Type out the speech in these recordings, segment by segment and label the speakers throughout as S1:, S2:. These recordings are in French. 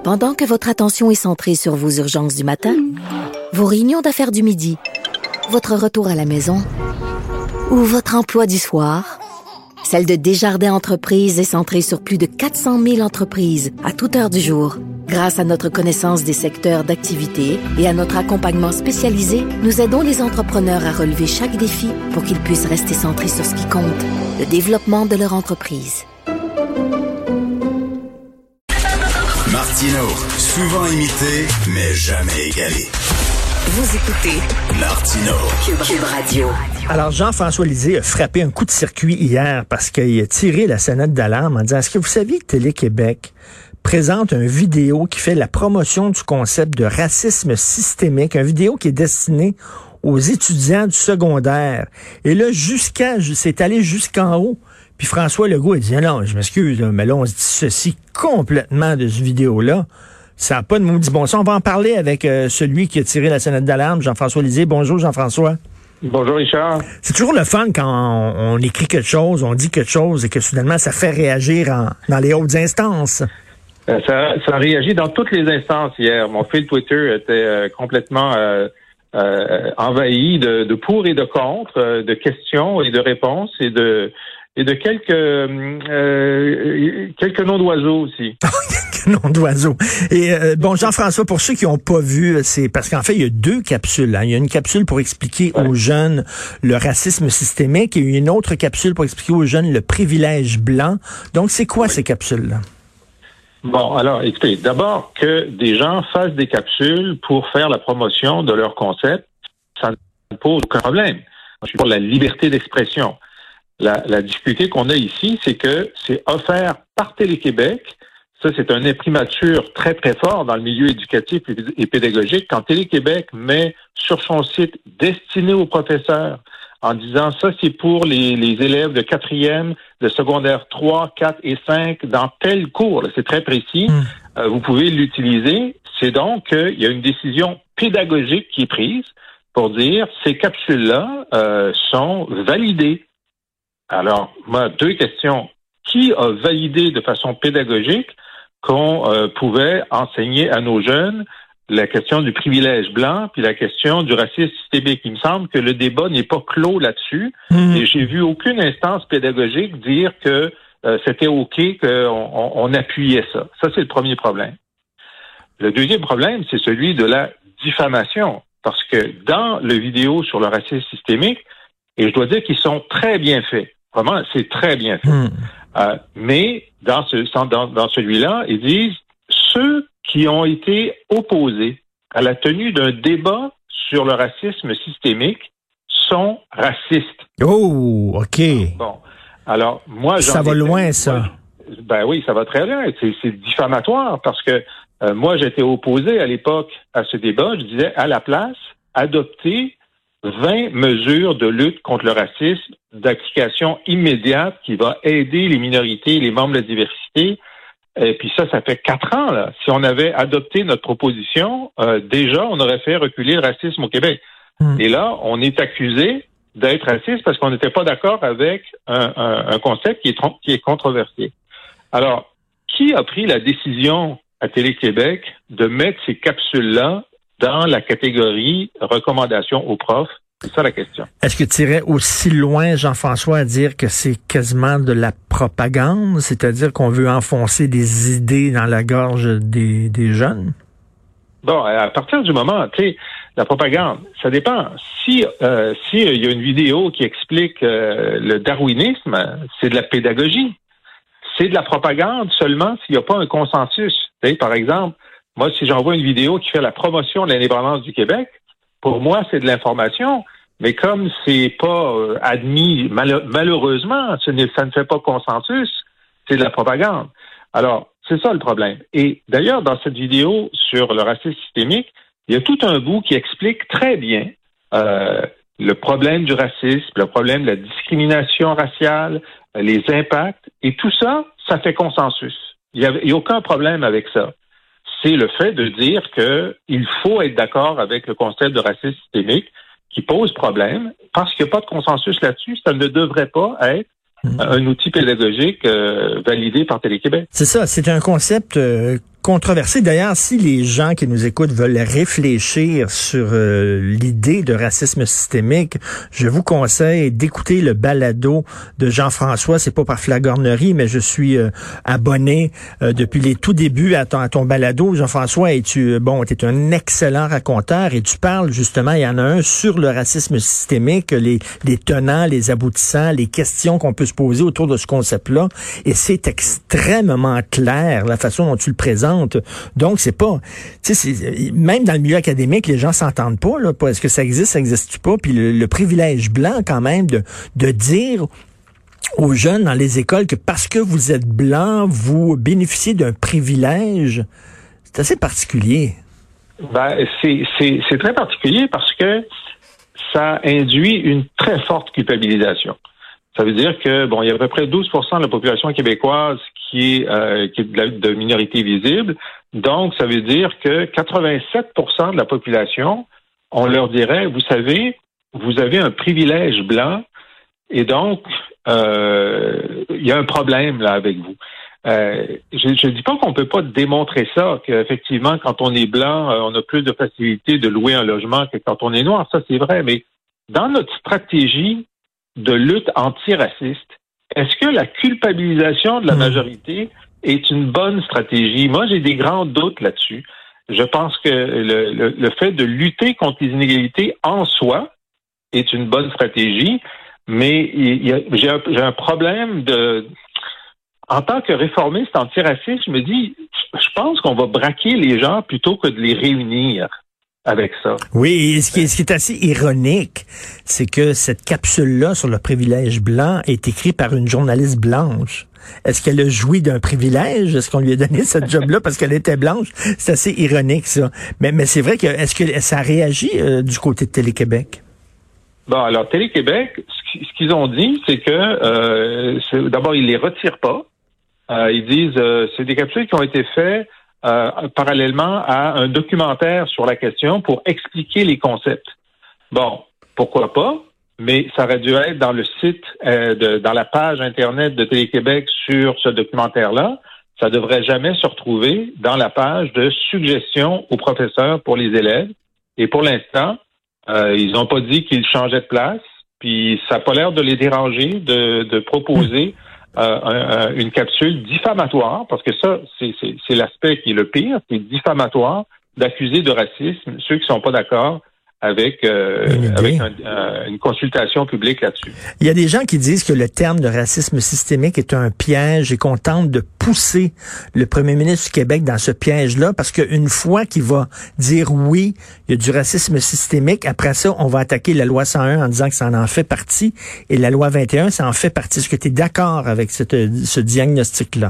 S1: Pendant que votre attention est centrée sur vos urgences du matin, vos réunions d'affaires du midi, votre retour à la maison ou votre emploi du soir, celle de Desjardins Entreprises est centrée sur plus de 400 000 entreprises à toute heure du jour. Grâce à notre connaissance des secteurs d'activité et à notre accompagnement spécialisé, nous aidons les entrepreneurs à relever chaque défi pour qu'ils puissent rester centrés sur ce qui compte, le développement de leur entreprise.
S2: Martino, souvent imité, mais jamais égalé.
S1: Vous écoutez
S2: Martino,
S1: Cube Radio.
S3: Alors, Jean-François Lisée a frappé un coup de circuit hier parce qu'il a tiré la sonnette d'alarme en disant, est-ce que vous saviez que Télé-Québec présente une vidéo qui fait la promotion du concept de racisme systémique, une vidéo qui est destinée aux étudiants du secondaire. Et là, c'est allé jusqu'en haut. Puis François Legault a dit, non, je m'excuse, mais là, on se dissocie complètement de cette vidéo-là. Ça n'a pas de maudit bon sens. On va en parler avec celui qui a tiré la sonnette d'alarme, Jean-François Lisée. Bonjour, Jean-François.
S4: Bonjour, Richard. C'est
S3: toujours le fun quand on écrit quelque chose, on dit quelque chose et que soudainement, ça fait réagir dans les hautes instances.
S4: Ça a réagi dans toutes les instances hier. Mon fil Twitter était complètement envahi de pour et de contre, de questions et de réponses et de quelques noms d'oiseaux aussi.
S3: Quelques noms d'oiseaux. Et bon, Jean-François, pour ceux qui n'ont pas vu, c'est parce qu'en fait, il y a deux capsules. Hein. Il y a une capsule pour expliquer aux jeunes le racisme systémique et une autre capsule pour expliquer aux jeunes le privilège blanc. Donc, c'est quoi ces capsules-là?
S4: Bon, alors, écoutez, d'abord que des gens fassent des capsules pour faire la promotion de leur concept, ça ne pose aucun problème. Je suis pour la liberté d'expression. La difficulté qu'on a ici, c'est que c'est offert par Télé-Québec. Ça, c'est un imprimatur très, très fort dans le milieu éducatif et pédagogique. Quand Télé-Québec met sur son site destiné aux professeurs en disant ça, c'est pour les élèves de 4e, de secondaire 3, 4 et 5 dans tel cours. Là, c'est très précis. Vous pouvez l'utiliser. C'est donc qu'il y a une décision pédagogique qui est prise pour dire ces capsules-là sont validées. Alors, moi, deux questions. Qui a validé de façon pédagogique qu'on pouvait enseigner à nos jeunes la question du privilège blanc puis la question du racisme systémique? Il me semble que le débat n'est pas clos là-dessus et j'ai vu aucune instance pédagogique dire que c'était OK, qu'on appuyait ça. Ça, c'est le premier problème. Le deuxième problème, c'est celui de la diffamation. Parce que dans le vidéo sur le racisme systémique, et je dois dire qu'ils sont très bien faits. Vraiment, c'est très bien fait. Mais dans celui-là, ils disent ceux qui ont été opposés à la tenue d'un débat sur le racisme systémique sont racistes.
S3: Oh, OK.
S4: Bon. Alors, moi,
S3: ça va loin, ça.
S4: Ben oui, ça va très loin. C'est diffamatoire parce que moi, j'étais opposé à l'époque à ce débat. Je disais, à la place, adopter 20 mesures de lutte contre le racisme d'application immédiate qui va aider les minorités et les membres de la diversité. Et puis ça fait 4 ans, là. Si on avait adopté notre proposition, déjà, on aurait fait reculer le racisme au Québec. Et là, on est accusé d'être raciste parce qu'on n'était pas d'accord avec un concept qui est controversé. Alors, qui a pris la décision à Télé-Québec de mettre ces capsules-là dans la catégorie recommandations aux profs? C'est ça la question.
S3: Est-ce que tu irais aussi loin, Jean-François, à dire que c'est quasiment de la propagande, c'est-à-dire qu'on veut enfoncer des idées dans la gorge des jeunes?
S4: Bon, à partir du moment, tu sais, la propagande, ça dépend. Si il y a une vidéo qui explique le darwinisme, c'est de la pédagogie. C'est de la propagande seulement s'il n'y a pas un consensus. Tu sais, par exemple, moi, si j'envoie une vidéo qui fait la promotion de l'indépendance du Québec, pour moi, c'est de l'information. Mais comme c'est pas admis, malheureusement, ça ne fait pas consensus, c'est de la propagande. Alors, c'est ça le problème. Et d'ailleurs, dans cette vidéo sur le racisme systémique, il y a tout un bout qui explique très bien le problème du racisme, le problème de la discrimination raciale, les impacts, et tout ça, ça fait consensus. Il y a aucun problème avec ça. C'est le fait de dire qu'il faut être d'accord avec le concept de racisme systémique qui pose problème parce qu'il n'y a pas de consensus là-dessus. Ça ne devrait pas être un outil pédagogique validé par Télé-Québec.
S3: C'est ça, c'est un concept controversé. D'ailleurs, si les gens qui nous écoutent veulent réfléchir sur l'idée de racisme systémique, je vous conseille d'écouter le balado de Jean-François. C'est pas par flagornerie, mais je suis abonné depuis les tout débuts à ton balado. Jean-François, t'es un excellent raconteur et tu parles justement, il y en a un sur le racisme systémique, les tenants, les aboutissants, les questions qu'on peut se poser autour de ce concept-là. Et c'est extrêmement clair, la façon dont tu le présentes. Donc, c'est pas... même dans le milieu académique, les gens s'entendent pas, là. Est-ce que ça existe pas? Puis le privilège blanc, quand même, de dire aux jeunes dans les écoles que parce que vous êtes blanc, vous bénéficiez d'un privilège, c'est assez particulier.
S4: C'est très particulier parce que ça induit une très forte culpabilisation. Ça veut dire que, il y a à peu près 12% de la population québécoise qui est de minorité visible. Donc, ça veut dire que 87% de la population, on leur dirait, vous savez, vous avez un privilège blanc et donc, il y a un problème là avec vous. Je dis pas qu'on peut pas démontrer ça, qu'effectivement, quand on est blanc, on a plus de facilité de louer un logement que quand on est noir. Ça, c'est vrai. Mais dans notre stratégie de lutte antiraciste, est-ce que la culpabilisation de la majorité est une bonne stratégie? Moi, j'ai des grands doutes là-dessus. Je pense que le fait de lutter contre les inégalités en soi est une bonne stratégie, mais j'ai un problème en tant que réformiste antiraciste, je me dis, je pense qu'on va braquer les gens plutôt que de les réunir avec ça.
S3: Oui, et ce qui est assez ironique, c'est que cette capsule-là sur le privilège blanc est écrite par une journaliste blanche. Est-ce qu'elle a joui d'un privilège? Est-ce qu'on lui a donné cette job-là parce qu'elle était blanche? C'est assez ironique, ça. Mais c'est vrai que, est-ce que ça réagit du côté de Télé-Québec?
S4: Alors, Télé-Québec, ce qu'ils ont dit, c'est que, d'abord, ils les retirent pas. Ils disent, c'est des capsules qui ont été faites parallèlement à un documentaire sur la question pour expliquer les concepts. Pourquoi pas, mais ça aurait dû être dans le site, dans la page Internet de Télé-Québec sur ce documentaire-là. Ça devrait jamais se retrouver dans la page de suggestions aux professeurs pour les élèves. Et pour l'instant, ils n'ont pas dit qu'ils changeaient de place, puis ça n'a pas l'air de les déranger de proposer une capsule diffamatoire, parce que ça, c'est l'aspect qui est le pire, c'est diffamatoire d'accuser de racisme ceux qui sont pas d'accord avec une consultation publique là-dessus.
S3: Il y a des gens qui disent que le terme de racisme systémique est un piège et qu'on tente de pousser le premier ministre du Québec dans ce piège-là parce qu'une fois qu'il va dire oui, il y a du racisme systémique, après ça, on va attaquer la loi 101 en disant que ça en fait partie et la loi 21, ça en fait partie. Est-ce que tu es d'accord avec ce diagnostic-là?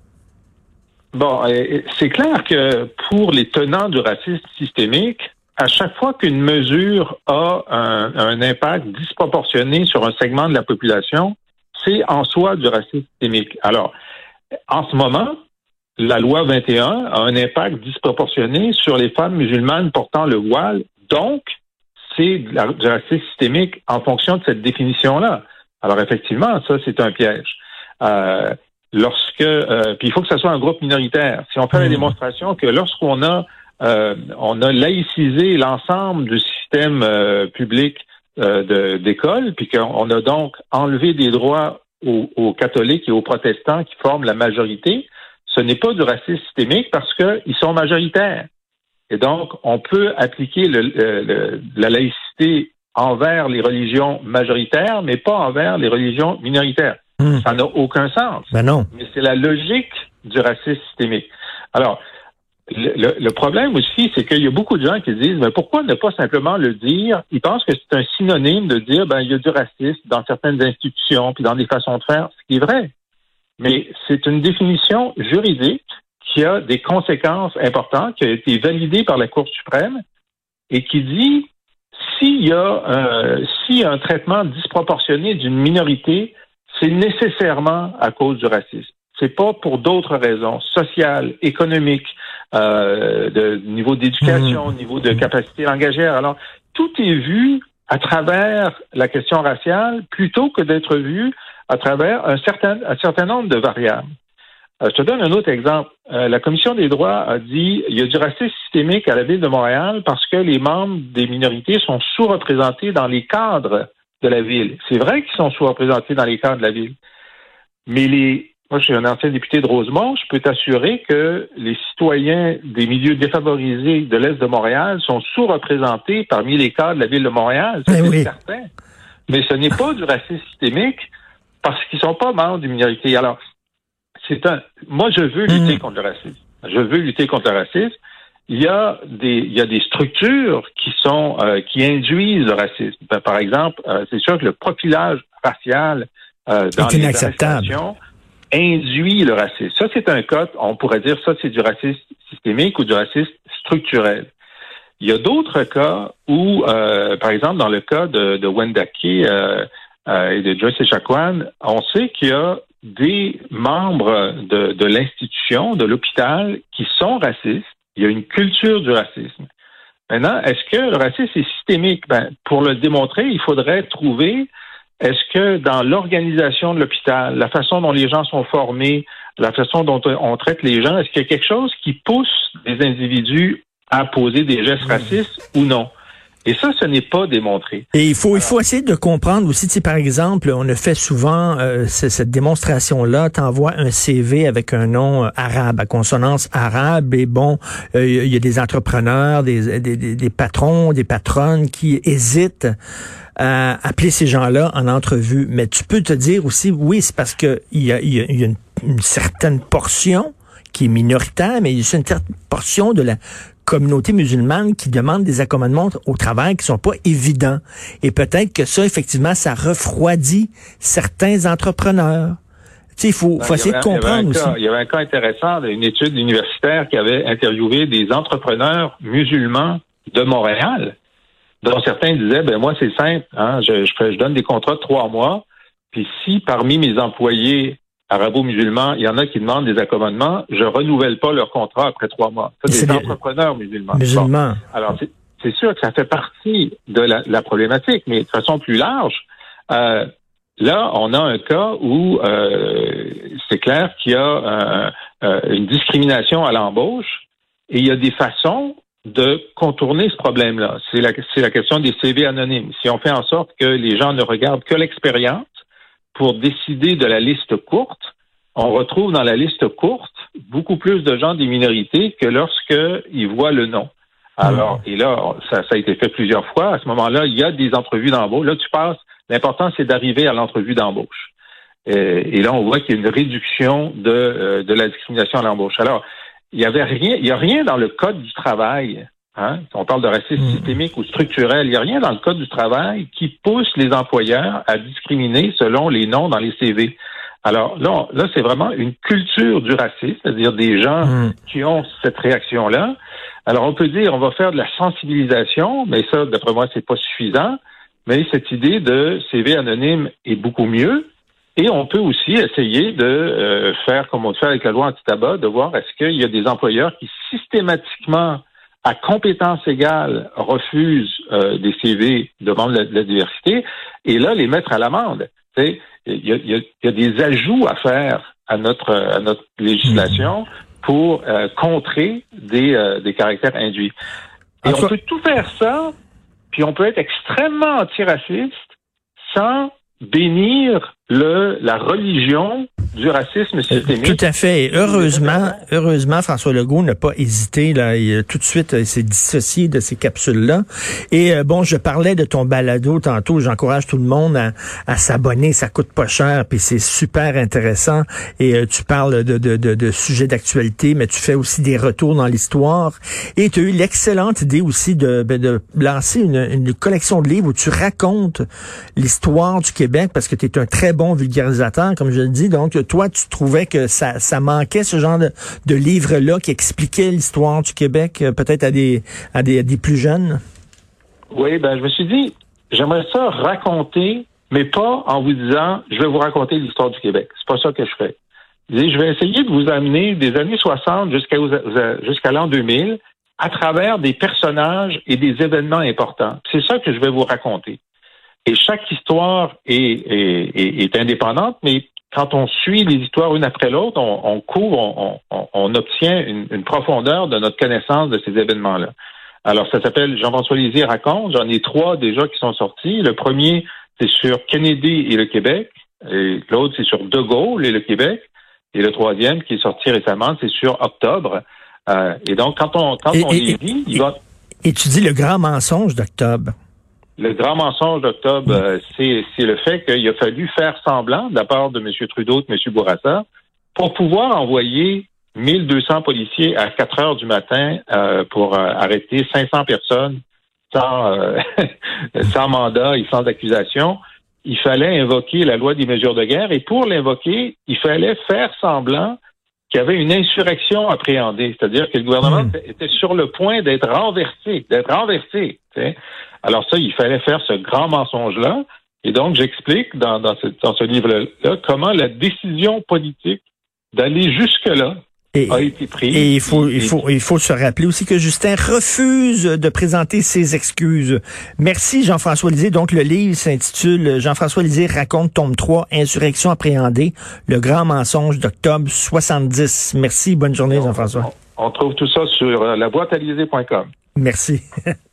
S4: C'est clair que pour les tenants du racisme systémique, à chaque fois qu'une mesure a un impact disproportionné sur un segment de la population, c'est en soi du racisme systémique. Alors, en ce moment, la loi 21 a un impact disproportionné sur les femmes musulmanes portant le voile, donc c'est du racisme systémique en fonction de cette définition-là. Alors effectivement, ça, c'est un piège. Puis il faut que ce soit un groupe minoritaire. Si on fait la démonstration que lorsqu'on a laïcisé l'ensemble du système public d'école, puis qu'on a donc enlevé des droits aux catholiques et aux protestants qui forment la majorité, ce n'est pas du racisme systémique parce qu'ils sont majoritaires. Et donc, on peut appliquer la laïcité envers les religions majoritaires, mais pas envers les religions minoritaires. Ça n'a aucun sens.
S3: Ben non.
S4: Mais c'est la logique du racisme systémique. Alors, le problème aussi, c'est qu'il y a beaucoup de gens qui disent, mais pourquoi ne pas simplement le dire? Ils pensent que c'est un synonyme de dire, il y a du racisme dans certaines institutions, puis dans des façons de faire, ce qui est vrai. Mais c'est une définition juridique qui a des conséquences importantes, qui a été validée par la Cour suprême, et qui dit, s'il y a un traitement disproportionné d'une minorité, c'est nécessairement à cause du racisme. C'est pas pour d'autres raisons sociales, économiques, de niveau d'éducation, niveau de capacité langagière. Alors, tout est vu à travers la question raciale plutôt que d'être vu à travers un certain nombre de variables. Je te donne un autre exemple. La Commission des droits a dit il y a du racisme systémique à la Ville de Montréal parce que les membres des minorités sont sous-représentés dans les cadres de la Ville. C'est vrai qu'ils sont sous-représentés dans les cadres de la Ville. Mais moi, je suis un ancien député de Rosemont, je peux t'assurer que les citoyens des milieux défavorisés de l'Est de Montréal sont sous-représentés parmi les cadres de la Ville de Montréal. Ça, c'est certain. Mais ce n'est pas du racisme systémique parce qu'ils sont pas membres d'une minorité. Alors, moi, je veux lutter contre le racisme. Je veux lutter contre le racisme. Il y a des structures qui induisent le racisme. Par exemple, c'est sûr que le profilage racial dans les arrestations induit le racisme. Ça, c'est un cas, on pourrait dire ça, c'est du racisme systémique ou du racisme structurel. Il y a d'autres cas où, par exemple, dans le cas de Wendake et de Joyce Echaquan, on sait qu'il y a des membres de l'institution, de l'hôpital, qui sont racistes. Il y a une culture du racisme. Maintenant, est-ce que le racisme est systémique? Pour le démontrer, il faudrait trouver, est-ce que dans l'organisation de l'hôpital, la façon dont les gens sont formés, la façon dont on traite les gens, est-ce qu'il y a quelque chose qui pousse les individus à poser des gestes racistes ou non? Et ça, ce n'est pas démontré.
S3: Et il faut essayer de comprendre aussi, tu sais, par exemple, on a fait souvent cette démonstration-là, t'envoies un CV avec un nom arabe, à consonance arabe, et bon, il y a des entrepreneurs, des patrons, des patronnes qui hésitent à appeler ces gens-là en entrevue. Mais tu peux te dire aussi, oui, c'est parce que il y a une certaine portion qui est minoritaire, mais il y a une certaine portion de la communauté musulmane qui demande des accommodements au travail qui sont pas évidents. Et peut-être que ça, effectivement, ça refroidit certains entrepreneurs. Tu sais, il faut essayer de comprendre aussi.
S4: Il y avait un cas intéressant d'une étude universitaire qui avait interviewé des entrepreneurs musulmans de Montréal, dont certains disaient, moi, c'est simple, hein, je donne des contrats de 3 mois, puis si parmi mes employés arabo-musulmans, il y en a qui demandent des accommodements, je renouvelle pas leur contrat après 3 mois. Ça, c'est des entrepreneurs musulmans.
S3: Bon.
S4: Alors, c'est sûr que ça fait partie de la problématique, mais de façon plus large, là, on a un cas où c'est clair qu'il y a une discrimination à l'embauche et il y a des façons de contourner ce problème-là. C'est la question des CV anonymes. Si on fait en sorte que les gens ne regardent que l'expérience, pour décider de la liste courte, on retrouve dans la liste courte beaucoup plus de gens des minorités que lorsqu'ils voient le nom. Alors, et là, ça a été fait plusieurs fois. À ce moment-là, il y a des entrevues d'embauche. Là, tu passes. L'important, c'est d'arriver à l'entrevue d'embauche. Et là, on voit qu'il y a une réduction de la discrimination à l'embauche. Alors, il y a rien dans le Code du travail. Hein? On parle de racisme systémique ou structurel. Il n'y a rien dans le Code du travail qui pousse les employeurs à discriminer selon les noms dans les CV. Alors là, c'est vraiment une culture du racisme, c'est-à-dire des gens qui ont cette réaction-là. Alors, on peut dire, on va faire de la sensibilisation, mais ça, d'après moi, c'est pas suffisant. Mais cette idée de CV anonyme est beaucoup mieux. Et on peut aussi essayer de faire comme on le fait avec la loi anti-tabac, de voir est-ce qu'il y a des employeurs qui systématiquement à compétence égale, refusent des CV, demandent la diversité, et là, les mettre à l'amende. Il y a des ajouts à faire à notre législation pour contrer des caractères induits. Et on peut tout faire ça, puis on peut être extrêmement antiraciste sans bénir la religion du racisme systémique.
S3: Tout à fait. Et heureusement, François Legault n'a pas hésité. Là, tout de suite, s'est dissocié de ces capsules-là. Et je parlais de ton balado tantôt. J'encourage tout le monde à s'abonner. Ça coûte pas cher, puis c'est super intéressant. Et tu parles de sujets d'actualité, mais tu fais aussi des retours dans l'histoire. Et tu as eu l'excellente idée aussi de lancer une collection de livres où tu racontes l'histoire du Québec, parce que tu es un très bon vulgarisateur, comme je le dis. Donc, toi, tu trouvais que ça manquait ce genre de livre-là qui expliquait l'histoire du Québec, peut-être à des plus jeunes?
S4: Oui, je me suis dit, j'aimerais ça raconter, mais pas en vous disant, je vais vous raconter l'histoire du Québec. C'est pas ça que je fais. Je vais essayer de vous amener des années 60 jusqu'à l'an 2000 à travers des personnages et des événements importants. C'est ça que je vais vous raconter. Et chaque histoire est indépendante, mais quand on suit les histoires une après l'autre, on couvre, on obtient une profondeur de notre connaissance de ces événements-là. Alors, ça s'appelle Jean-François Lisée raconte. J'en ai 3 déjà qui sont sortis. Le premier, c'est sur Kennedy et le Québec. Et l'autre, c'est sur De Gaulle et le Québec. Et le troisième, qui est sorti récemment, c'est sur Octobre. Et donc, quand on les lit, il va...
S3: Et tu dis le grand mensonge d'Octobre.
S4: Le grand mensonge d'Octobre, c'est le fait qu'il a fallu faire semblant, de la part de M. Trudeau et de M. Bourassa, pour pouvoir envoyer 1200 policiers à 4 heures du matin pour arrêter 500 personnes sans mandat et sans accusation. Il fallait invoquer la loi des mesures de guerre et pour l'invoquer, il fallait faire semblant qu'il y avait une insurrection appréhendée, c'est-à-dire que le gouvernement était sur le point d'être renversé. T'sais. Alors ça, il fallait faire ce grand mensonge-là. Et donc, j'explique dans ce livre-là comment la décision politique d'aller jusque-là a été prise.
S3: Et il faut se rappeler aussi que Justin refuse de présenter ses excuses. Merci Jean-François Lisée. Donc le livre s'intitule Jean-François Lisée raconte tome 3, Insurrection appréhendée, le grand mensonge d'octobre 70. Merci, bonne journée Jean-François.
S4: On trouve tout ça sur lavoitealisée.com.
S3: Merci.